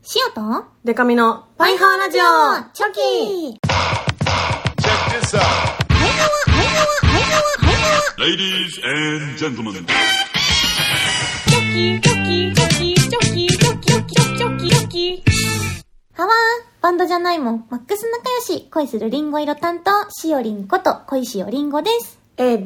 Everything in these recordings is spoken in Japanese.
シオとデカミのパイハーラジオチョキ Check this out. パイハワパイハワパイハワパイハワ Ladies and gentlemen. チョキチョキチョキチョキチョキチョキチョキチョキハワーバンドじゃないもんマックス仲良し恋するリンゴ色担当しおりんこと恋しおりんごです。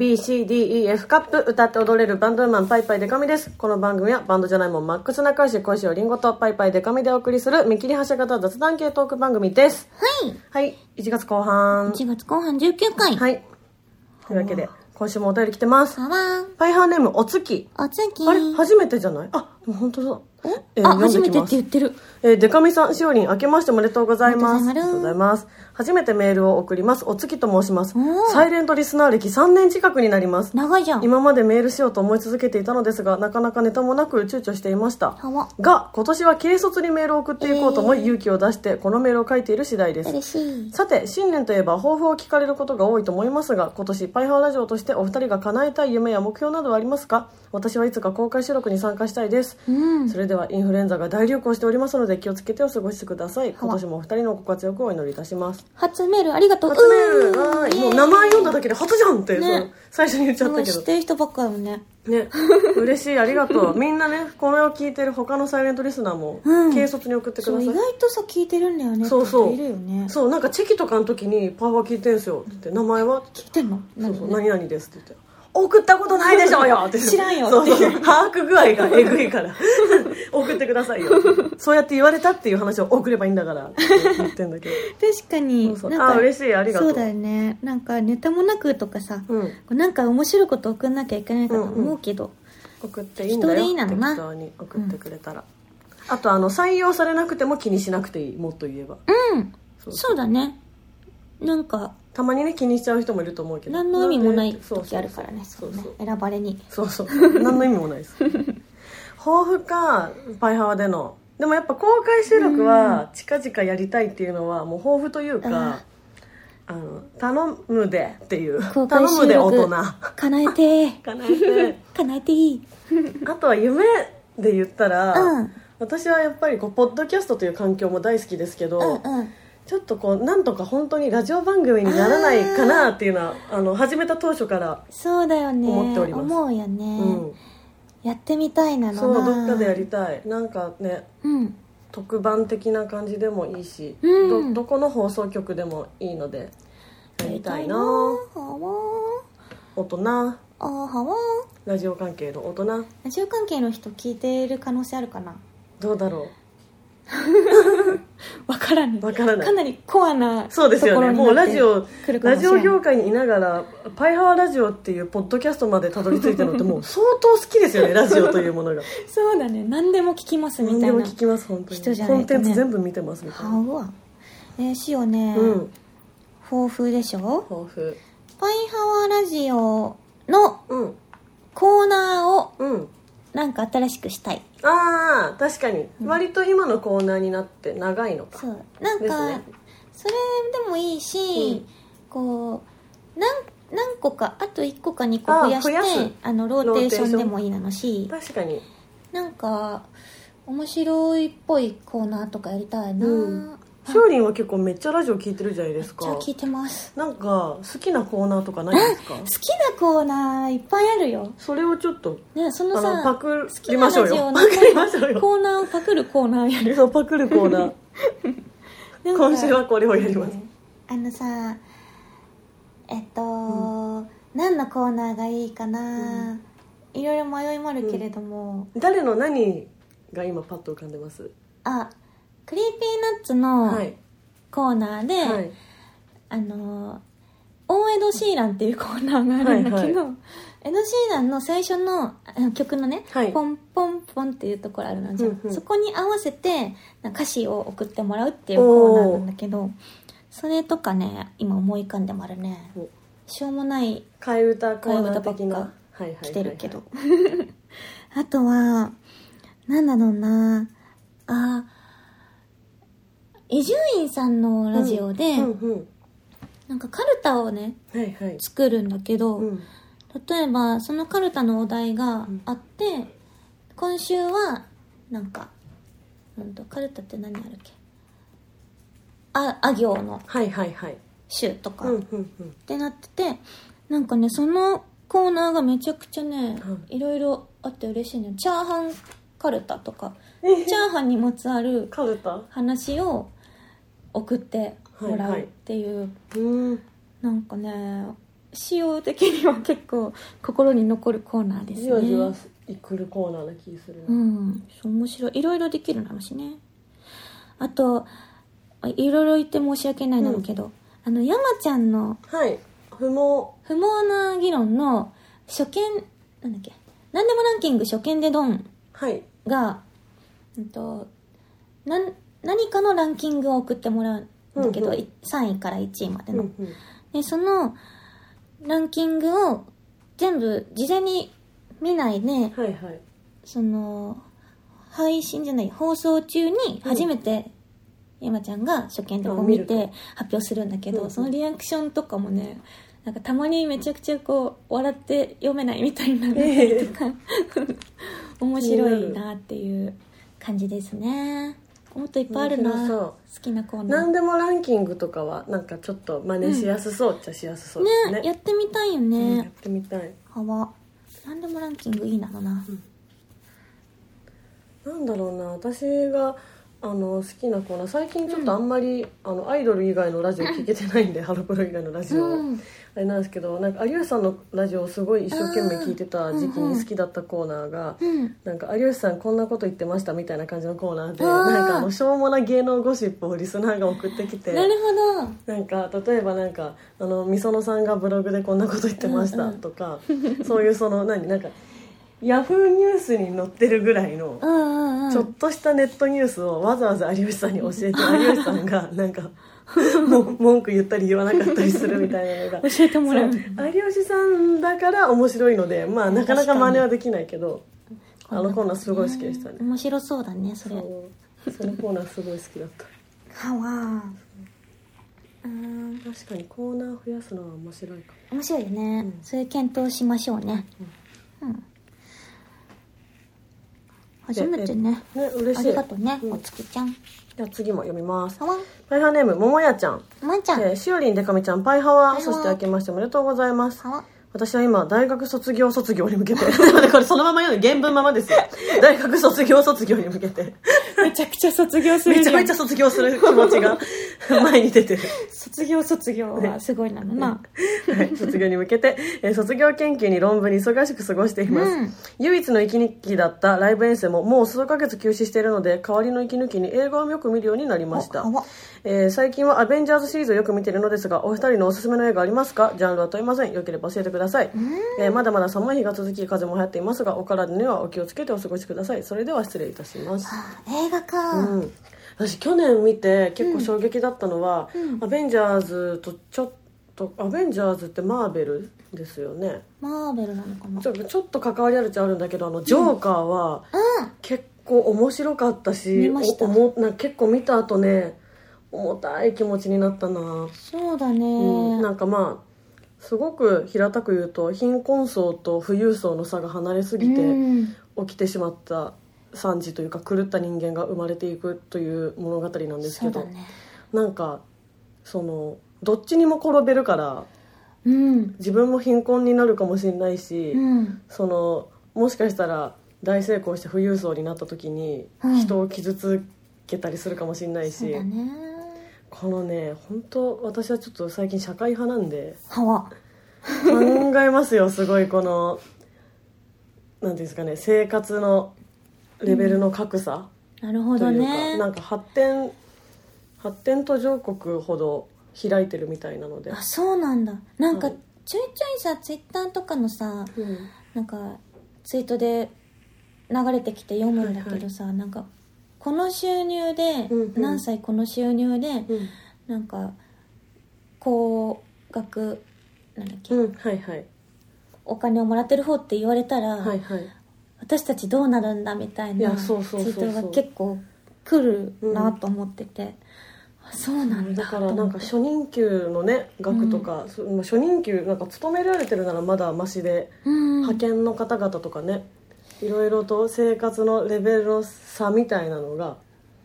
ABCDEF カップ歌って踊れるバンドウーマンパイパイデカミです。この番組はバンドじゃないもんマックス仲良し恋しおりんごとパイパイデカミでお送りする見切り発車型雑談系トーク番組です。はい1月後半 1月後半19回はいというわけで今週もお便り来てます。 ハワーパイハーネームお月お月あれ初めてじゃない？あでも本当だ。 初めてって言ってる。 デカミさん、しおりん、明けましておめでとうございます。 ありがとうございます。 初めてメールを送ります。お月と申します。 おサイレントリスナー歴3年近くになります。 長いじゃん。 今までメールしようと思い続けていたのですが、なかなかネタもなく躊躇していました。 はわが、今年は軽率にメールを送っていこうと思い、勇気を出して、このメールを書いている次第です。 嬉しい。 さて、新年といえば抱負を聞かれることが多いと思いますが、今年パイハーラジオとしてお二人が叶えたい夢や目標などはありますか？私はいつか公開収録に参加したいです。それではインフルエンザが大流行しておりますので気をつけてお過ごしください。今年もお二人のご活躍をお祈りいたします。 初メールありがとう。 初メールはいもう名前読んだだけで初じゃんって、 ね、 最初に言っちゃったけど知ってる人ばっかだもんね。 ね、嬉しいありがとう。みんなねこれを聞いてる他のサイレントリスナーも軽率に送ってください。 そう意外とさ聞いてるんだよね。 そうそういるよね。 そうなんかチェキとかの時にパワー聞いてんすよって言って名前は聞いてんの？ そうそう何々ですって言って送ったことないでしょうよって知らんよってそうそう把握具合がえぐいから送ってくださいよそうやって言われたっていう話を送ればいいんだからって言ってんだけど確かにそうなんか嬉しいありがとう。 そうだよね。なんかネタもなくとかさ、 うんなんか面白いこと送んなきゃいけないかと思うけど、 送っていいんだよ。 人でいいなのな適当に送ってくれたら、あと採用されなくても気にしなくていい。もっと言えばそうだね。なんかたまにね気にしちゃう人もいると思うけど何の意味もない時あるからね。そうね、選ばれにそう何の意味もないです抱負かパイハワでのでもやっぱ公開収録は近々やりたいっていうのはもう抱負というか頼むでっていう公開収録頼むで大人叶えて叶えて叶えていいあとは夢で言ったら、 うん私はやっぱりポッドキャストという環境も大好きですけど、ちょっとなんとか本当にラジオ番組にならないかなっていうのは始めた当初からそうだよね。 思っております。 思うよね、やってみたいなのな。 そうどっかでやりたい。なんかね、特番的な感じでもいいし、どこの放送局でもいいのでやりたいな。大人ラジオ関係の大人ラジオ関係の人聞いてる可能性あるかな。 どうだろわからないわからない。 かなりコアなそうですよね。もうラジオ業界にいながらパイハワラジオっていうポッドキャストまでたどり着いたのってもう相当好きですよねラジオというものがそうだね。何でも聞きますみたいな。 何でも聞きます本当に。 人じゃないとねコンテンツ全部見てますみたいな。 はわしおね、抱負でしょ。 抱負パイハワラジオのコーナーをなんか新しくしたい。 ああ確かに、割と今のコーナーになって長いのか。 そうなんか、 ね、 それでもいいし、こう何個かあと1個か2個増やしてローテーションでもいいなのし、 確かになんか面白いっぽいコーナーとかやりたいな。 しおりんは結構めっちゃラジオ聞いてるじゃないですか。 めっちゃ聞いてます。 なんか好きなコーナーとかないですか？ 好きなコーナーいっぱいあるよ。 それをちょっとね、そのさパクりましょうよ。 好きなラジオのコーナーをパクるコーナーやる。 そうパクるコーナー今週はこれをやります。 さ何のコーナーがいいかな、いろいろ迷いもあるけれども、 誰の何が今パッと浮かんでます？ クリーピーナッツのコーナーで、オーエド・シーランっていうコーナーがあるんだけど、エド・シーランの最初の曲のね、ポンポンポンっていうところあるのじゃん、そこに合わせて歌詞を送ってもらうっていうコーナーなんだけど、それとかね今思い浮かんでもあるね。しょうもない替え歌コーナー的な来てるけどあとはなんだろうな伊集院さんのラジオで、なんかカルタをね、作るんだけど、例えばそのカルタのお題があって、今週はなんかカルタって何あるっけ、あ行のはいはいはい週とか、 うんうんうんってなってて、なんかねそのコーナーがめちゃくちゃね、いろいろあって嬉しいね。チャーハンカルタとか、チャーハンにまつわるカルタ話を送ってもらうっていう、なんかね仕様的には結構心に残るコーナーですね。 じわじわくるコーナーな気するな。 そう面白い、いろいろできるなのしね。あといろいろ言って申し訳ないんだけど、山ちゃんの不毛な議論の初見なんだっけ、なんでもランキング初見でドンが、何かのランキングを送ってもらうんだけど、3位から1位までの、でそのランキングを全部事前に見ないで、その配信じゃない放送中に初めて、山ちゃんが初見でこう見て発表するんだけど、そのリアクションとかもね、なんかたまにめちゃくちゃこう笑って読めないみたいになったりとか、面白いなっていう感じですね。もっといっぱいあるな、好きなコーナー。 なんでもランキングとかはなんかちょっと真似しやすそうっちゃしやすそうですね。 やってみたいよね。 やってみたい。 なんでもランキングいいなのな、 なんだろうな、私が好きなコーナー、最近ちょっとあんまり、アイドル以外のラジオ聞けてないんでハロプロ以外のラジオ、あれなんですけど、なんか有吉さんのラジオをすごい一生懸命聞いてた時期に好きだったコーナーが、なんか有吉さんこんなこと言ってましたみたいな感じのコーナーで、なんかしょうもな芸能ゴシップをリスナーが送ってきて、 なるほど、なんか例えばなんかみそのさんがブログでこんなこと言ってましたとか、そういうなんかヤフーニュースに載ってるぐらいのちょっとしたネットニュースをわざわざ有吉さんに教えて、有吉さんがなんか文句言ったり言わなかったりするみたいなのが教えてもらう。 有吉さんだから面白いので、まあなかなか真似はできないけど、コーナーすごい好きでしたね。 面白そうだねそれ。 そのコーナーすごい好きだった。確かにコーナー増やすのは面白いかも。 面白いよね、それ検討しましょうね。初めてね、 嬉しい。 ありがとうね、おつきちゃん。 では次も読みます。パイハーネームももやちゃん、しおりんでかみちゃん、パイハワ、そして明けましておめでとうございます。私は今大学卒業に向けてこれそのまま読んで原文ままですよ。大学卒業に向けてめちゃくちゃ卒業する、 めちゃめちゃ卒業する気持ちが前に出てる。 卒業はすごいなのな、 はい、卒業に向けて、卒業研究に論文に忙しく過ごしています、唯一の息抜きだったライブ遠征ももう数ヶ月休止しているので、代わりの息抜きに映画をよく見るようになりました。最近はアベンジャーズシリーズをよく見ているのですが、お二人のおすすめの映画ありますか？ジャンルは問いません。よければ教えてください。まだまだ寒い日が続き風も流行っていますが、お体にはお気をつけてお過ごしください。それでは失礼いたします。 映画か、 私去年見て結構衝撃だったのは、アベンジャーズとちょっと、アベンジャーズってマーベルですよね。 マーベルなのかな。 ちょっと関わりあるっちゃあるんだけど、ジョーカーは結構面白かったし、結構見た後ね、重たい気持ちになったな。 そうだね、 なんかまあすごく平たく言うと、貧困層と富裕層の差が離れすぎて起きてしまった惨事というか、狂った人間が生まれていくという物語なんですけど、なんかどっちにも転べるから、自分も貧困になるかもしれないし、もしかしたら大成功して富裕層になった時に人を傷つけたりするかもしれないし、このね、本当私はちょっと最近社会派なんで考えますよ。すごいこのなんていうんですかね、生活のレベルの格差というか、 なるほどね、 なんか発展途上国ほど開いてるみたいなので。 そうなんだ。なんかちょいちょいさ、ツイッターとかのさ、なんかツイートで流れてきて読むんだけどさ、なんかこの収入で、何歳この収入で、なんか高額なんだっけ、お金をもらってる方って言われたら、私たちどうなるんだみたいなツイートが結構来るなと思ってて、そうなんだ。 だからなんか初任給のね額とか、初任給なんか勤められてるならまだマシで、派遣の方々とかね、いろいろと生活のレベルの差みたいなのが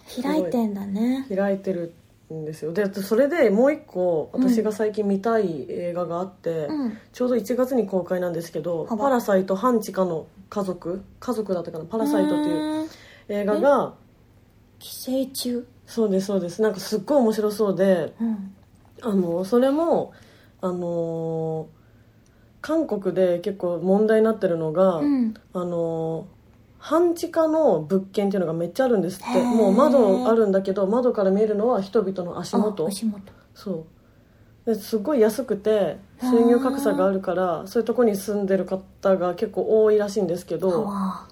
開いてんだね。 開いてるんですよ。でそれでもう一個私が最近見たい映画があって、ちょうど1月に公開なんですけど、パラサイト半地下の家族だったかな、パラサイトっていう映画が寄生虫。 そうですそうです。なんかすっごい面白そうで、それも韓国で結構問題になってるのが、半地下の物件っていうのがめっちゃあるんですって。もう窓あるんだけど、窓から見えるのは人々の足元。そうですごい安くて収入格差があるから、そういうとこに住んでる方が結構多いらしいんですけど、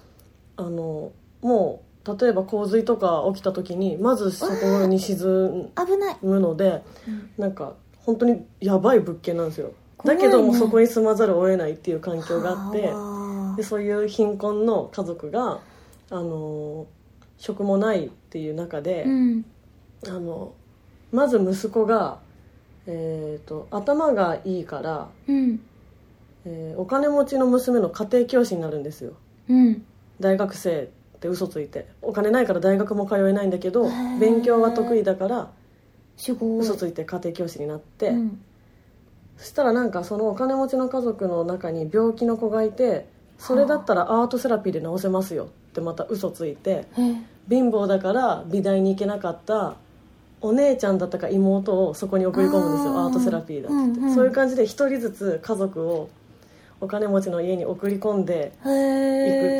もう例えば洪水とか起きた時にまずそこに沈むので、なんか本当にやばい物件なんですよ。だけどもそこに住まざるを得ないっていう環境があって、でそういう貧困の家族が職もないっていう中で、まず息子が、頭がいいから、お金持ちの娘の家庭教師になるんですよ。大学生って嘘ついて、お金ないから大学も通えないんだけど勉強は得意だから嘘ついて家庭教師になって、そしたらなんかそのお金持ちの家族の中に病気の子がいて、それだったらアートセラピーで治せますよってまた嘘ついて、貧乏だから美大に行けなかったお姉ちゃんだったか妹をそこに送り込むんですよ。アートセラピーだって、そういう感じで一人ずつ家族をお金持ちの家に送り込んでいくって、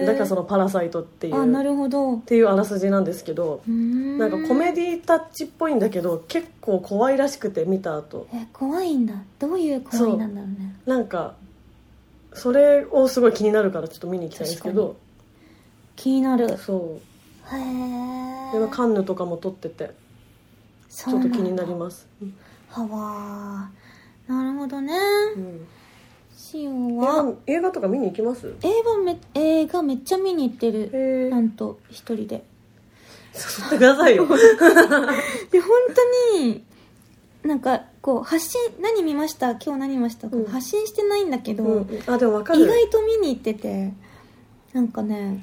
だからそのパラサイトっていうっていうあらすじなんですけど、なんかコメディタッチっぽいんだけど結構怖いらしくて、見た後怖いんだ。どういう怖いなんだろうね。 なんかそれをすごい気になるからちょっと見に行きたいんですけど。 気になる。 そうでカンヌとかも撮っててちょっと気になります。 はわー、なるほどね。シオは映画とか見に行きます？ 映画めっちゃ見に行ってる。なんと一人で誘ってくださいよ。 で本当になんかこう発信、何見ました今日何見ました、発信してないんだけど、 でも分かる。 意外と見に行ってて、なんかね、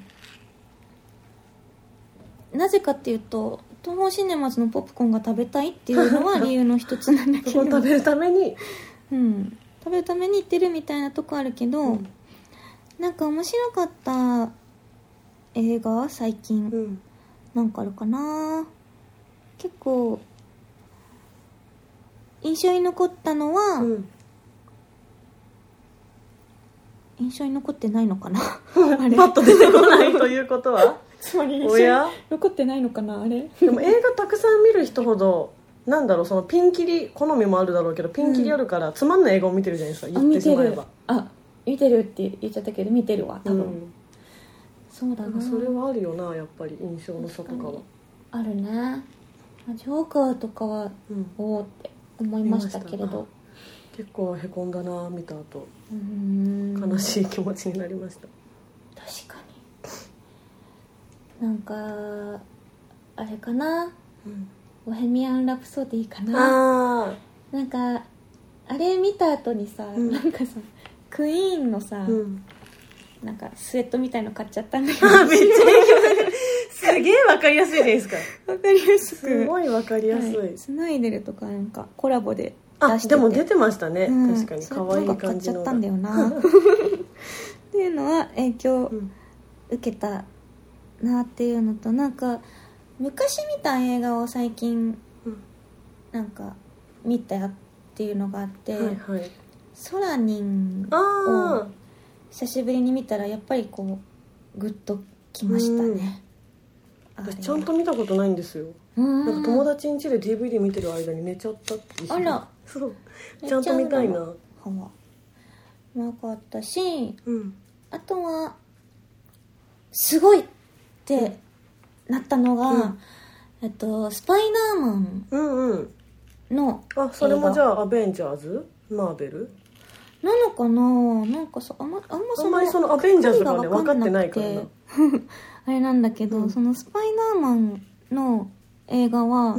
なぜかっていうと東宝シネマズのポップコーンが食べたいっていうのは理由の一つなんだけど食べるために食べるために行ってるみたいなとこあるけど、なんか面白かった映画最近、なんかあるかな。結構印象に残ったのは、印象に残ってないのかな。あれパッと出てこないということはつまり印象に残ってないのかな。あれでも映画たくさん見る人ほどなんだろう、そのピンキリ好みもあるだろうけど、ピンキリあるからつまんない映画を見てるじゃないですか、言ってしまえば。 見てるって言っちゃったけど見てるわ多分、そうだな。 それはあるよな、やっぱり印象の差とかはあるね。ジョーカーとかは、おーって思いましたけれど、 結構へこんだな、見た後。悲しい気持ちになりました。 確かに。なんかあれかな、ボヘミアン・ラプソディかな。なんかあれ見た後にさ、なんかさクイーンのさ、なんかスウェットみたいの買っちゃったんだけどめっちゃすげえわかりやすいじゃないですか。 わかりやすく、 すごいわかりやすい、 スナイデルとかなんかコラボで出してて、 でも出てましたね、確かに可愛い感じの。 買っちゃったんだよなっていうのは影響受けたなっていうのと、なんか昔見た映画を最近なんか見たっていうのがあって、ソラニンを久しぶりに見たらやっぱりこうグッときましたね。 ちゃんと見たことないんですよ。なんか友達ん家で DVD 見てる間に寝ちゃったっていう。 あら、 そう、ちゃんと見たいな。 なかったし、あとはすごいってなったのが、スパイダーマンの映画。 それもじゃあアベンジャーズマーベルなのかな。なんかあんまりそのアベンジャーズがね分かってないからなあれなんだけど、そのスパイダーマンの映画は、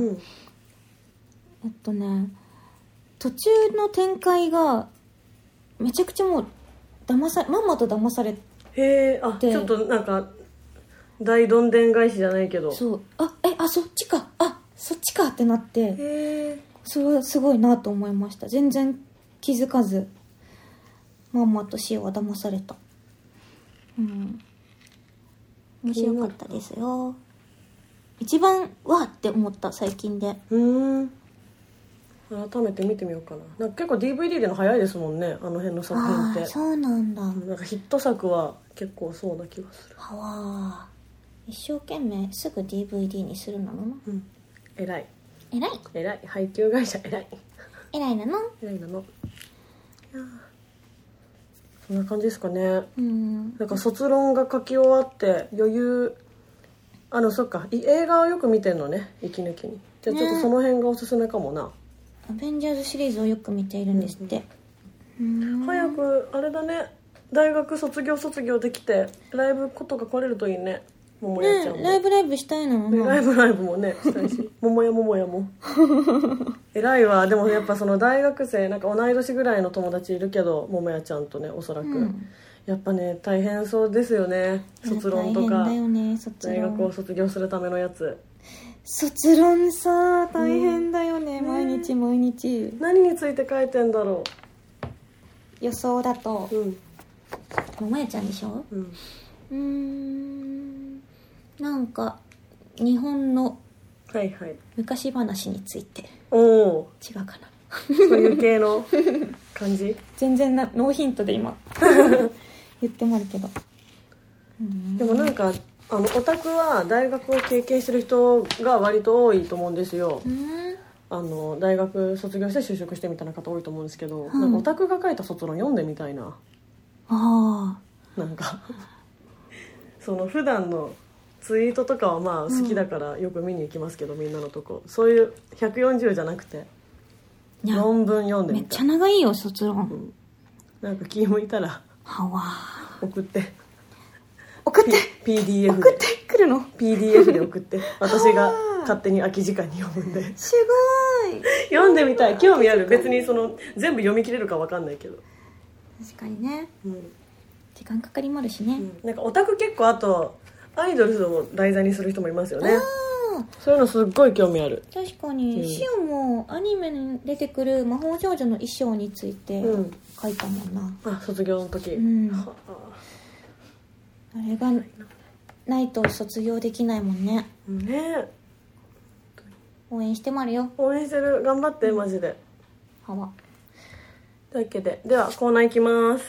途中の展開がめちゃくちゃもうまんまと騙されて、 ちょっとなんか大どんでん返しじゃないけど、 そうそっちかってなって、それはすごいなと思いました。全然気づかずまんまとシオは騙された。面白かったですよ。一番わーって思った最近で。 改めて見てみようかな。なんか結構 DVD での早いですもんね、あの辺の作品って。 そうなんだ。 なんかヒット作は結構そうな気がする。 一生懸命すぐ DVD にするのな。 偉い配給会社偉いなの。 いやそんな感じですかね。なんか卒論が書き終わって余裕。そっか、映画をよく見てんのね、息抜きに。じゃあちょっとその辺がおすすめかもな。 アベンジャーズシリーズをよく見ているんですって。 早くあれだね、大学卒業できてライブことが来れるといいね。桃屋ちゃんもライブしたいのな。 ライブもねしたいし桃屋も偉いわ。でもやっぱその大学生、なんか同い年ぐらいの友達いるけど、桃屋ちゃんとね、おそらく、やっぱね大変そうですよね、卒論とか。 大変だよね、 大学を卒業するためのやつ。 卒論さ大変だよね、毎日何について書いてんだろう。予想だと桃屋ちゃんでしょ。なんか日本の昔話について。違うかなそういう系の感じ全然ノーヒントで今言ってもあるけど。 でもなんかオタクは大学を経験してる人が割と多いと思うんですよ。大学卒業して就職してみたいな方多いと思うんですけど、なんかオタクが書いた卒論読んでみたいな。なんかその普段のツイートとかはまあ好きだからよく見に行きますけど、みんなのとこそういう140じゃなくて論文読んでみたい。 めっちゃ長いよ卒論。 なんか気向いたら送って PDF で送ってくるの。 PDF で送って私が勝手に空き時間に読むんで。 すごい読んでみたい。興味ある。別にその全部読み切れるか分かんないけど。 確かにね、時間かかりもあるしね。 なんかオタク結構、あとアイドルを題材にする人もいますよね。そういうのすっごい興味ある。 確かに、シオもアニメに出てくる魔法少女の衣装について書いたもんな。 卒業の時。 あれがないと卒業できないもんね。応援してもあるよ。 応援してる。頑張ってマジで。 というわけで、ではコーナーいきます。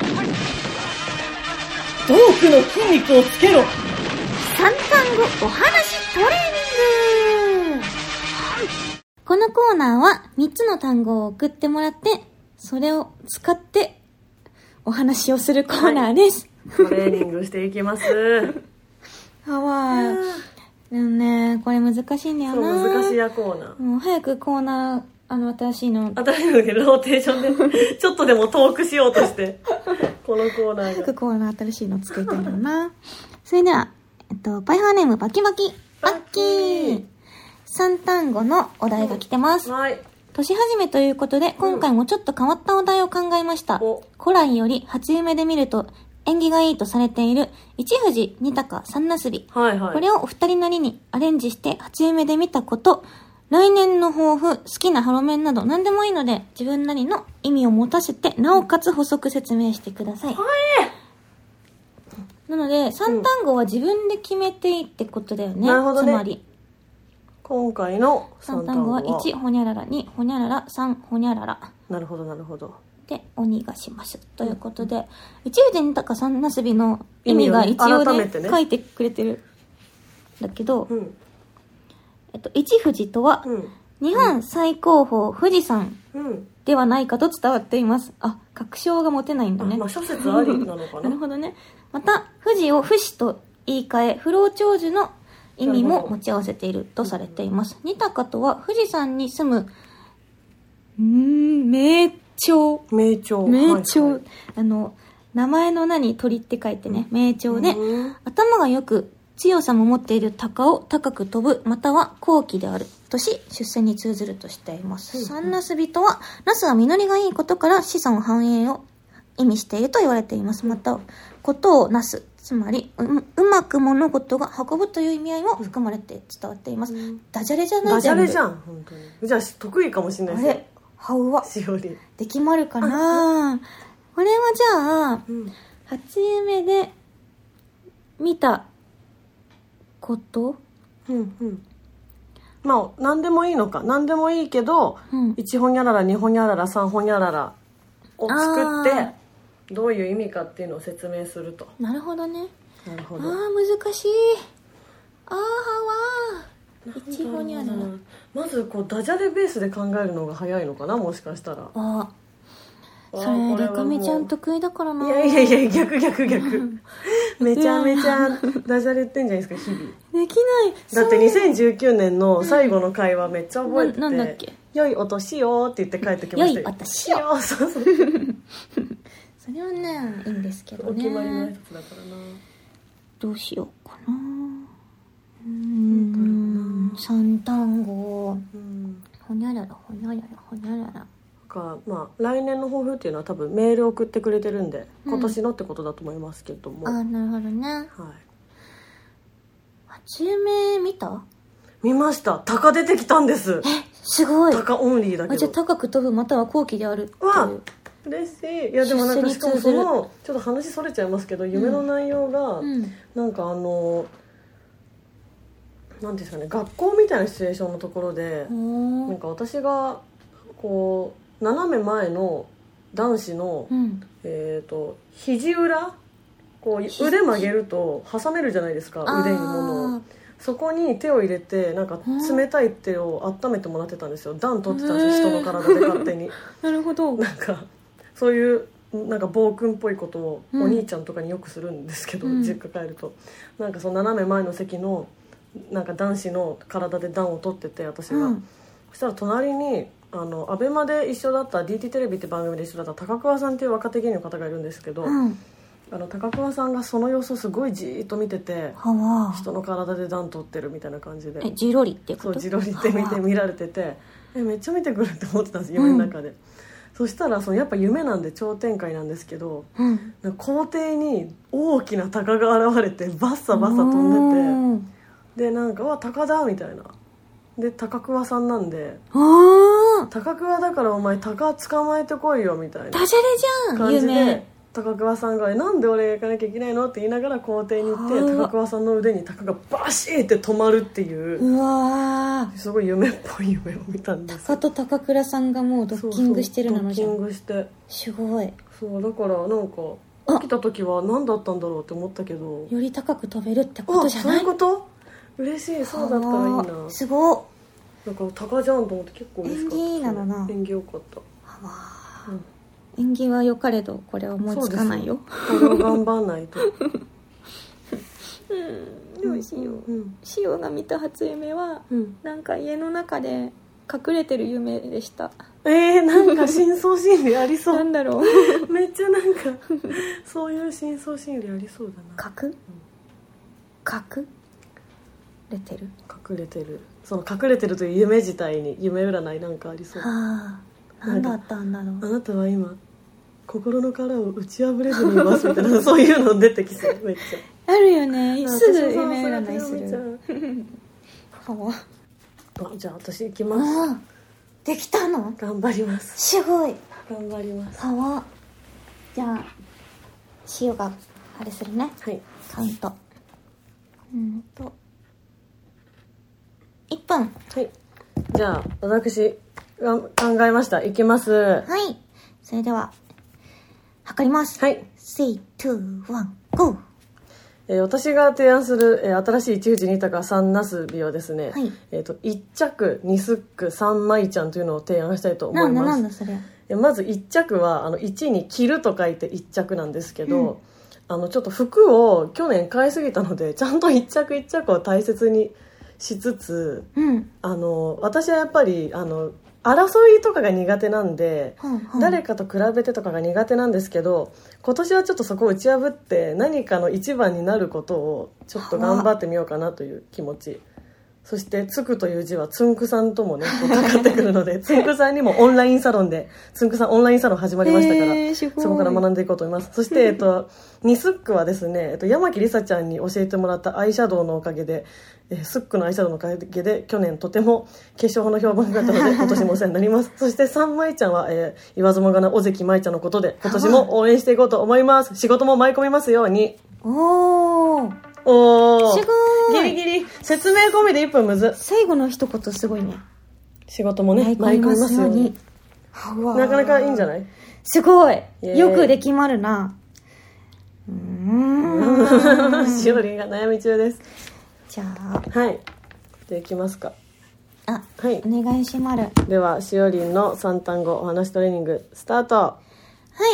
トークの筋肉をつけろ。 三単語お話トレーニング。このコーナーは3つの単語を送ってもらって、それを使ってお話をするコーナーです。 トレーニングしていきます。 でもね、これ難しいんだよな。 そう、難しいやコーナー。 もう早くコーナー、新しいのでローテーションでちょっとでもトークしようとしてこのコーナーが早くコーナー新しいの作りたいんだな。それではパイハーネームバキバキバッキー3単語のお題が来てます。年始めということで今回もちょっと変わったお題を考えました。古来より初夢で見ると縁起がいいとされている一富士二鷹三なすび、これをお二人なりにアレンジして初夢で見たこと、来年の抱負、好きなハロメンなど何でもいいので自分なりの意味を持たせてなおかつ補足説明してください。なので3単語は自分で決めていいってことだよね。つまり今回の 3単語は1ほにゃらら、2ほにゃらら、3ほにゃらら。 なるほどで鬼がしますということで、一富士二鷹三なすびの意味が一応ね書いてくれてるんだけど、一富士とは、日本最高峰富士山ではないかと伝わっています。確証が持てないんだね。 諸説ありなのかな。 なるほどね。また富士を不死と言い換え不老長寿の意味も持ち合わせているとされています。二鷹とは富士山に住む名鳥。名前の名に鳥って書いてね、名鳥で、頭がよく強さも持っている鷹を高く飛ぶ、または高貴であるとし、出世に通ずるとしています。三なすびとは、ナスは実りがいいことから子孫繁栄を意味していると言われています。また、ことをなす、 つまり うまく物事が運ぶという意味合いも含まれて伝わっています、ダジャレじゃない。 ダジャレじゃん本当に。じゃあ得意かもしれないですよ。 あれはうわしおりできまるかな。これはじゃあ、初夢で見たこと、 まあ何でもいいのか。何でもいいけど、1ほにゃらら2ほにゃらら3ほにゃららを作ってどういう意味かっていうのを説明すると。 なるほどね。 なるほど。 難しい。はわ1ほにゃらら。 まずこうダジャレベースで考えるのが早いのかな、もしかしたら。 それでかみちゃん得意だからな。 いや逆めちゃめちゃダジャレ言ってんじゃないですか日々。 できない。 だって2019年の最後の会話めっちゃ覚えてて、 なんだっけ。 良い音しようって言って帰ってきましたよ。 良い音しよう。 そうそれはねいいんですけどね。 お決まりの挨拶だからな。 どうしようかな。3単語。ほにゃららほにゃららほにゃらら。 まあ、来年の抱負っていうのは多分メール送ってくれてるんで、今年のってことだと思いますけども。 なるほどね。 はい。 初夢見た？ 見ました。鷹出てきたんです。 すごい。 鷹オンリーだけど。 じゃあ高く飛ぶまたは後期であるっていう。 わ嬉しい。いやでもなんかしかもそのちょっと話それちゃいますけど、夢の内容が、なんかなんですかね、学校みたいなシチュエーションのところで、なんか私がこう斜め前の男子の、肘裏こう腕曲げると挟めるじゃないですか、腕に物を。そこに手を入れてなんか冷たい手を温めてもらってたんですよ。暖取ってたんですよ、人の体で勝手に。 なるほど。 なんかそういうなんか暴君っぽいことをお兄ちゃんとかによくするんですけど、実家帰るとなんかその斜め前の席のなんか男子の体で暖を取ってて、私が、そしたら隣にアベマで一緒だった DT テレビって番組で一緒だった高桑さんっていう若手芸人の方がいるんですけど、高桑さんがその様子をすごいじーっと見てて、人の体で暖取ってるみたいな感じで、 ジロリってこと？ そうジロリって見られてて、めっちゃ見てくるって思ってたんです夢の中で。そしたらやっぱ夢なんで超展開なんですけど、校庭に大きな鷹が現れてバッサバッサ飛んでて、でなんか「わ鷹だ」みたいな。で高桑さんなんで、高桑だからお前鷹捕まえてこいよみたいなダジャレじゃん感じで、高桑さんがなんで俺が行かなきゃいけないのって言いながら校庭に行って、高桑さんの腕に鷹がバシーって止まるっていう、すごい夢っぽい夢を見たんです。 鷹と高倉さんがもうドッキングしてるのじゃん。 ドッキングしてすごい。 そうだからなんか起きた時は何だったんだろうって思ったけど、 より高く飛べるってことじゃない？ そういうこと？嬉しい。そうだったらいいな。 すごっ。 だから鷹じゃんと思って結構嬉しかった。 縁起なのな。 縁起良かった。 縁起は良かれどこれは思いつかないよ。 これを頑張んないと。 どうしよう。しおが見た初夢は、なんか家の中で隠れてる夢でした。 なんか深層心理ありそう。 なんだろう。 めっちゃなんかそういう深層心理ありそうだな。 隠れてる。 その隠れてるという夢自体に夢占いなんかありそう。 何だったんだろう。 あなたは今心の殻を打ち破れずにいますみたいなそういうの出てきそう。めっちゃあるよね。すぐ夢占いする。 じゃあ私行きます。 できたの？ 頑張ります。 すごい。 頑張ります。 じゃあしおがあれするね。 はい。 カウント。1分。 はい。じゃあ私考えました。いきます。 はい。それでは測ります。 はい。 3、2、1、GO。 私が提案する、新しい一富士二鷹三なすびはですね、1着2スック3舞ちゃんというのを提案したいと思います。 なんだそれ。 まず1着は1に着ると書いて1着なんですけど、ちょっと服を去年買いすぎたのでちゃんと1着1着を大切にしつつ、私はやっぱり争いとかが苦手なんで、誰かと比べてとかが苦手なんですけど、今年はちょっとそこを打ち破って何かの一番になることをちょっと頑張ってみようかなという気持ち。 そしてつくという字はつんくさんともねかかってくるのでつんくさんにもオンラインサロンでつんくさんオンラインサロン始まりましたからそこから学んでいこうと思います。そしてニスックはですね山木りさちゃんに教えてもらったアイシャドウのおかげでスックのアイシャドウのおかげで去年とても化粧の評判があったので今年もお世話になります。そしてさんまいちゃんは、言わずもがな尾関舞ちゃんのことで今年も応援していこうと思います。仕事も舞い込みますように。 おーすごいギリギリ説明込みで1分むず。 最後の一言すごいね。 仕事もね舞い込みますように。なかなかいいんじゃない？すごいよくできまるな。 しおりんが悩み中です。 じゃあはいじゃあいきますか。 はい、お願いします。 ではしおりんの3単語お話トレーニングスタート。 はい、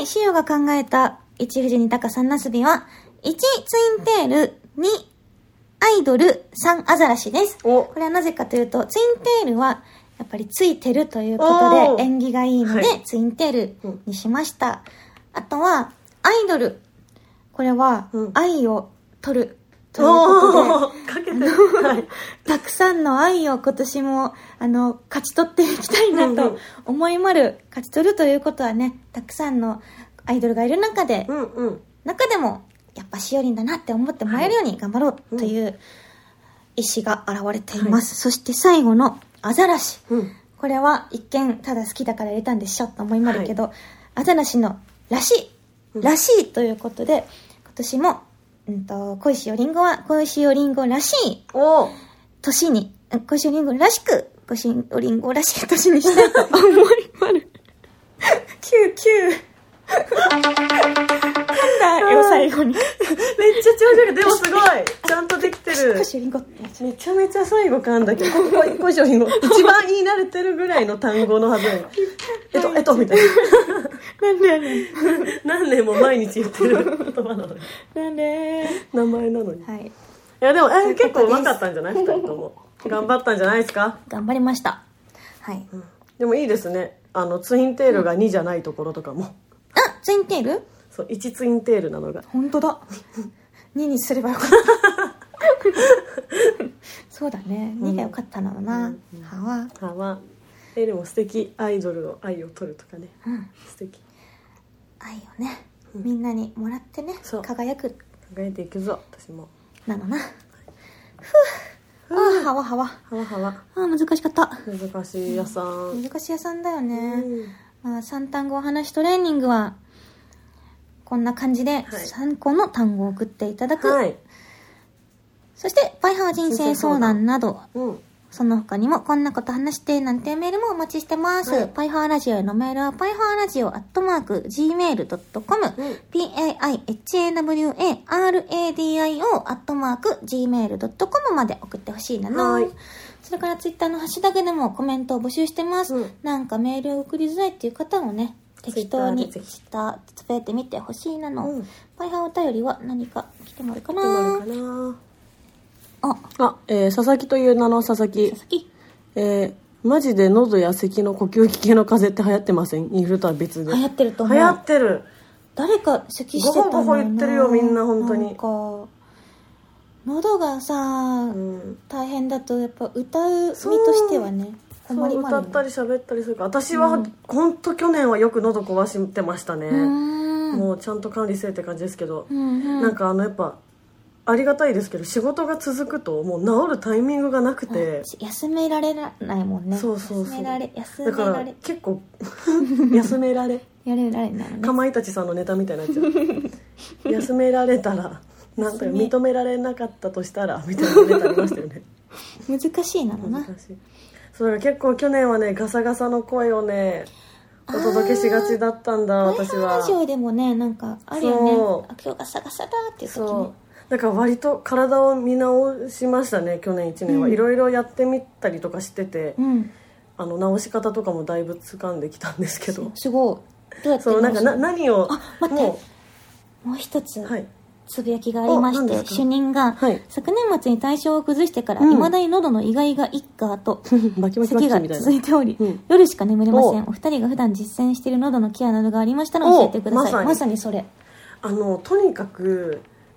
しおが考えた1富士2鷹3なすびは1ツインテール2アイドル3アザラシです。これはなぜかというとツインテールはやっぱりついてるということで縁起がいいので、ツインテールにしました。あとはアイドル、これは愛を取るということで、たくさんの愛を今年も勝ち取っていきたいなと思いまる。勝ち取るということはね、たくさんのアイドルがいる中で、中でもやっぱしおりんだなって思ってもらえるように頑張ろうという意志が現れています。そして最後のアザラシ、これは一見ただ好きだから入れたんでしょと思いまるけど、アザラシのらしいということで今年も恋しおりんごは恋しおりんごらしい年に、恋しおりんごらしく恋しおりんごらしい年にしたいと思いまる。なんだよ最後に。めっちゃ長尺でもすごいちゃんとできてる。 恋しおりんごめちゃめちゃ最後噛んだけど恋しおりんご一番言い慣れてるぐらいの単語のはずやみたいな。何年も毎日言ってる言葉なのに。 なんで名前なのに。 はい。 いやでも結構うまかったんじゃない？2人とも頑張ったんじゃないですか？ 頑張りました。はい。 でもいいですね。ツインテールが2じゃないところとかも。 ツインテール？ そう1ツインテールなのが。 本当だ。2にすればよかった。そうだね。2がよかったのな。はわ。 でも素敵。アイドルの愛を取るとかね。素敵。 愛をね、みんなにもらってね、輝いていくぞ私も。 なのな。はわ。難しかった。 難しい屋さん。 難しい屋さんだよね。3単語お話トレーニングはこんな感じで3個の単語を送っていただく。そしてパイハワ人生相談など、その他にもこんなこと話してなんてメールもお待ちしてます。パイハワラジオへのメールはパイハワラジオ@gmail.com、paihawaradio@gmail.com まで送ってほしいなの。それからツイッターのハッシュタグでもコメントを募集してます。なんかメールを送りづらいっていう方もね、適当にツイッターつぶやいてみてほしいなの。パイハワお便りは何か来てもらうかな。 佐々木という名の佐々木。マジで喉や咳の呼吸器系の風邪って流行ってません？インフルとは別で。 流行ってると思う。 流行ってる。 誰か咳してたんだよな。 ごほごほ言ってるよみんな本当に。 なんか喉がさ、大変だとやっぱ歌う身としてはね困りまる、 歌ったり喋ったりするから。私は本当去年はよく喉壊してましたね。もうちゃんと管理せえって感じですけど、なんかやっぱありがたいですけど仕事が続くともう治るタイミングがなくて、 休められないもんね。 そう休められだから結構休められやれられない、ね、 かまいたちさんのネタみたいになっちゃう休められたらなんか認められなかったとしたらみたいなネタありましたよね。 難しいなのな。 難しい。それが結構去年はねガサガサの声をねお届けしがちだったんだ私は。 ラジオでもねなんかあるよね。今日ガサガサだっていう時に。 だから割と体を見直しましたね去年1年は。いろいろやってみたりとかしてて、直し方とかもだいぶ掴んできたんですけど。 すごい。どうやってそうなんか何を待ってもう一つ、つぶやきがありまして、主任が、昨年末に体調を崩してから未だに喉のイガイガ一家と咳が続いており、夜しか眠れません。お二人が普段実践している喉のケアなどがありましたら教えてください。まさにそれ。 とにかく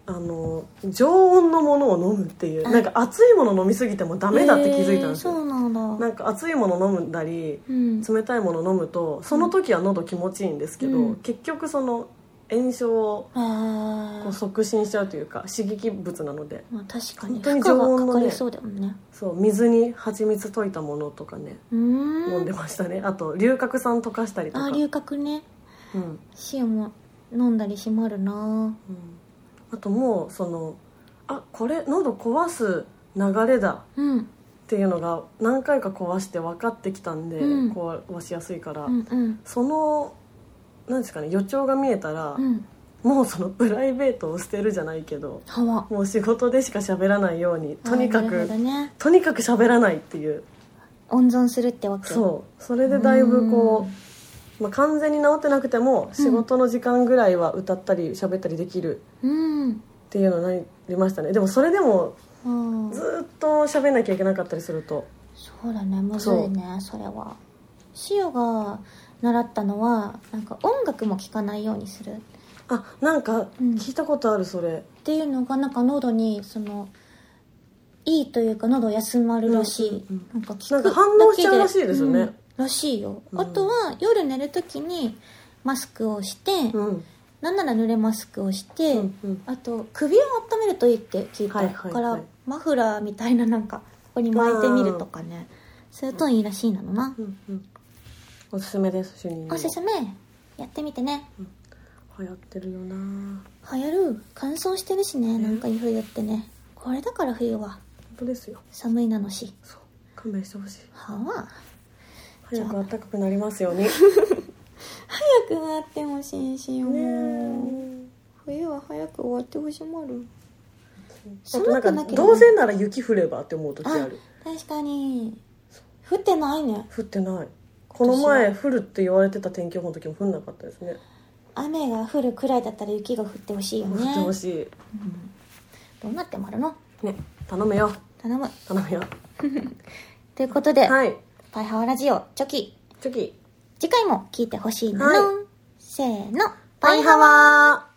常温のものを飲むっていう、なんか熱いもの飲みすぎてもダメだって気づいたんですよ、 そうなんだ。 なんか熱いもの飲んだり、冷たいもの飲むとその時は喉気持ちいいんですけど、結局その炎症をこう促進しちゃうというか刺激物なので、 確かに本当に常温のね、 負荷がかかりそうだもんね。 そう水に蜂蜜溶いたものとかね飲んでましたね。あと龍角散溶かしたりとか。 龍角ね、塩も飲んだりしまるな、 あともうそのこれ喉壊す流れだっていうのが何回か壊して分かってきたんで、壊しやすいから、その何ですかね、予兆が見えたら、もうそのプライベートを捨てるじゃないけど、もう仕事でしか喋らないようにとにかく喋らないっていう、 温存するってわけ。 それでだいぶこう、完全に治ってなくても仕事の時間ぐらいは歌ったり喋ったりできるっていうのになりましたね。でもそれでもずっと喋んなきゃいけなかったりすると、 そうだね、むずいね。それは塩が習ったのはなんか音楽も聴かないようにする。 なんか聞いたことある、それっていうのがなんか喉にそのいいというか、喉休まるらしい、なんか聞くだけでなんか反応しちゃうらしいですよね、 らしいよ、あとは夜寝るときにマスクをして、なんなら濡れマスクをして、あと首を温めるといいって聞いた、からマフラーみたいななんかここに巻いてみるとかね、するといいらしいなのな、 おすすめです。主任おすすめ、やってみてね、 流行ってるよな。 流行る、乾燥してるしね、なんか冬ってね、これだから冬は本当ですよ、 寒いなのし、 そう勘弁してほしい。 早く暖かくなりますように早くなってほしいしよ、冬は早く終わってほしまる。 あとなんかどうせなら雪降ればって思う時ある。 確かに降ってないね。 降ってない。この前降るって言われてた天気予報の時も降んなかったですね。 雨が降るくらいだったら雪が降ってほしいよね。 降ってほしい、 どうなってもあるのね。頼むよ。 頼むよということで、パイハワラジオチョキ次回も聞いてほしいの、せーの、 パイハワー。